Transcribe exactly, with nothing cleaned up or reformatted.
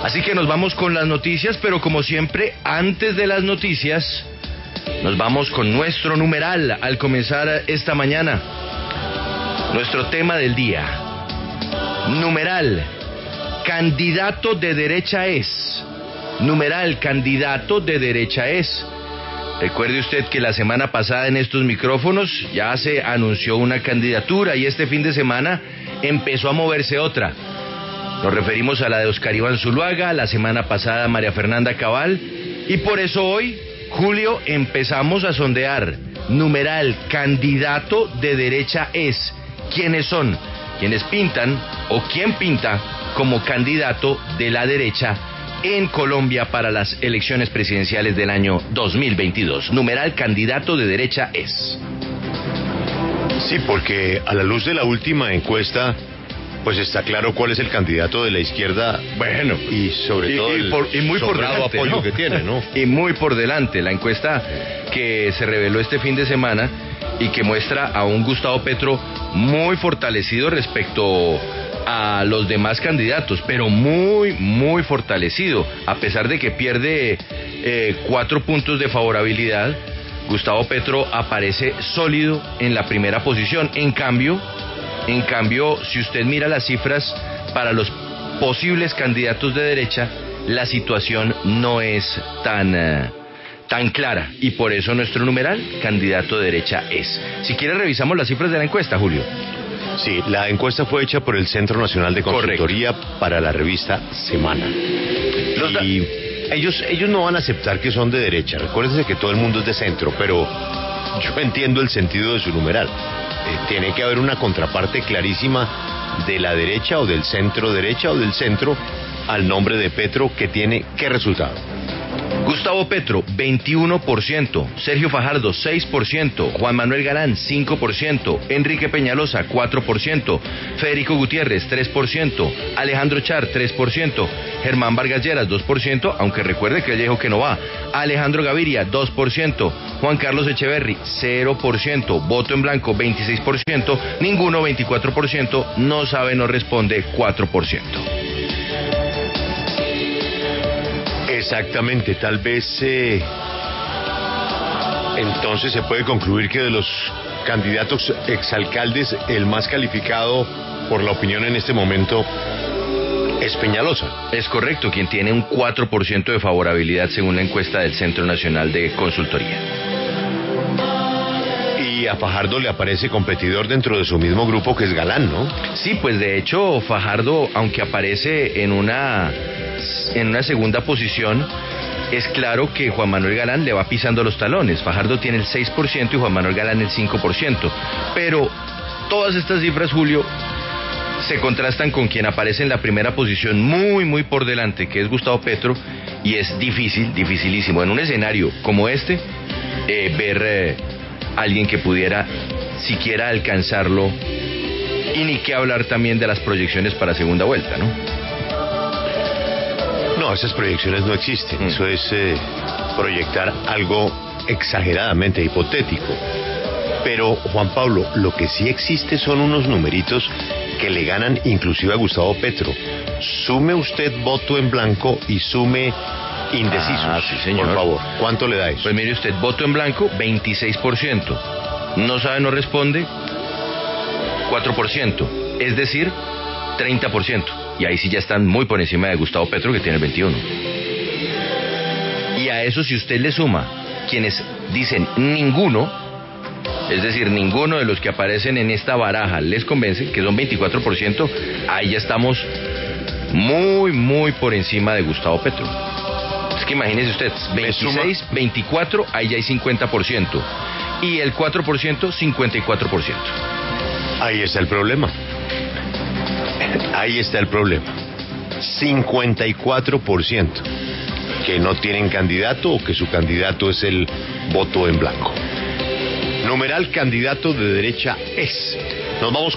Así que nos vamos con las noticias, pero como siempre, antes de las noticias, nos vamos con nuestro numeral al comenzar esta mañana. Nuestro tema del día. Numeral, candidato de derecha es. Numeral, candidato de derecha es. Recuerde usted que la semana pasada en estos micrófonos ya se anunció una candidatura y este fin de semana empezó a moverse otra. Nos referimos a la de Oscar Iván Zuluaga, la semana pasada María Fernanda Cabal, y por eso hoy, Julio, empezamos a sondear. Numeral, candidato de derecha es. ¿Quiénes son? ¿Quiénes pintan o quién pinta como candidato de la derecha en Colombia para las elecciones presidenciales del año dos mil veintidós? Numeral, candidato de derecha es. Sí, porque a la luz de la última encuesta, pues está claro cuál es el candidato de la izquierda, bueno, y sobre y, todo y el por, y muy por delante, apoyo ¿no? que tiene, ¿no? Y muy por delante, la encuesta que se reveló este fin de semana y que muestra a un Gustavo Petro muy fortalecido respecto a los demás candidatos, pero muy, muy fortalecido, a pesar de que pierde eh, cuatro puntos de favorabilidad. Gustavo Petro aparece sólido en la primera posición. En cambio, en cambio, si usted mira las cifras para los posibles candidatos de derecha, la situación no es tan, uh, tan clara. Y por eso nuestro numeral, candidato de derecha es. Si quiere, revisamos las cifras de la encuesta, Julio. Sí, la encuesta fue hecha por el Centro Nacional de Consultoría. Correcto. Para la revista Semana. Los y da- ellos, ellos no van a aceptar que son de derecha. Recuérdense que todo el mundo es de centro, pero yo entiendo el sentido de su numeral. Eh, tiene que haber una contraparte clarísima de la derecha o del centro derecha o del centro al nombre de Petro, que tiene ¿qué resultado? Gustavo Petro, veintiuno por ciento, Sergio Fajardo, seis por ciento, Juan Manuel Galán, cinco por ciento, Enrique Peñalosa, cuatro por ciento, Federico Gutiérrez, tres por ciento, Alejandro Char, tres por ciento, Germán Vargas Lleras, dos por ciento, aunque recuerde que él dijo que no va, Alejandro Gaviria, dos por ciento, Juan Carlos Echeverry, cero por ciento, voto en blanco, veintiséis por ciento, ninguno, veinticuatro por ciento, no sabe, no responde, cuatro por ciento. Exactamente, tal vez eh, entonces se puede concluir que de los candidatos exalcaldes el más calificado por la opinión en este momento es Peñalosa. Es correcto, quien tiene un cuatro por ciento de favorabilidad según la encuesta del Centro Nacional de Consultoría. Y a Fajardo le aparece competidor dentro de su mismo grupo, que es Galán, ¿no? Sí, pues de hecho Fajardo, aunque aparece en una en una segunda posición, es claro que Juan Manuel Galán le va pisando los talones. Fajardo tiene el seis por ciento y Juan Manuel Galán el cinco por ciento. Pero todas estas cifras, Julio, se contrastan con quien aparece en la primera posición muy, muy por delante, que es Gustavo Petro, y es difícil, dificilísimo, en un escenario como este, eh, ver eh, alguien que pudiera siquiera alcanzarlo, y ni qué hablar también de las proyecciones para segunda vuelta, ¿no? No, esas proyecciones no existen. Mm. Eso es eh, proyectar algo exageradamente hipotético. Pero, Juan Pablo, lo que sí existe son unos numeritos que le ganan inclusive a Gustavo Petro. Sume usted voto en blanco y sume indecisos. Ah, sí, señor. Por favor, ¿cuánto le da eso? Pues mire usted, voto en blanco, veintiséis por ciento. No sabe, no responde, cuatro por ciento. Es decir, treinta por ciento. Y ahí sí ya están muy por encima de Gustavo Petro, que tiene el veintiuno. Y a eso, si usted le suma quienes dicen ninguno, es decir, ninguno de los que aparecen en esta baraja les convence, que son veinticuatro por ciento, ahí ya estamos muy, muy por encima de Gustavo Petro. Es que imagínese usted, veintiséis, veinticuatro, ahí ya hay cincuenta por ciento. Y el cuatro por ciento, cincuenta y cuatro por ciento. Ahí está el problema. Ahí está el problema. cincuenta y cuatro por ciento que no tienen candidato o que su candidato es el voto en blanco. Numeral, candidato de derecha es. Nos vamos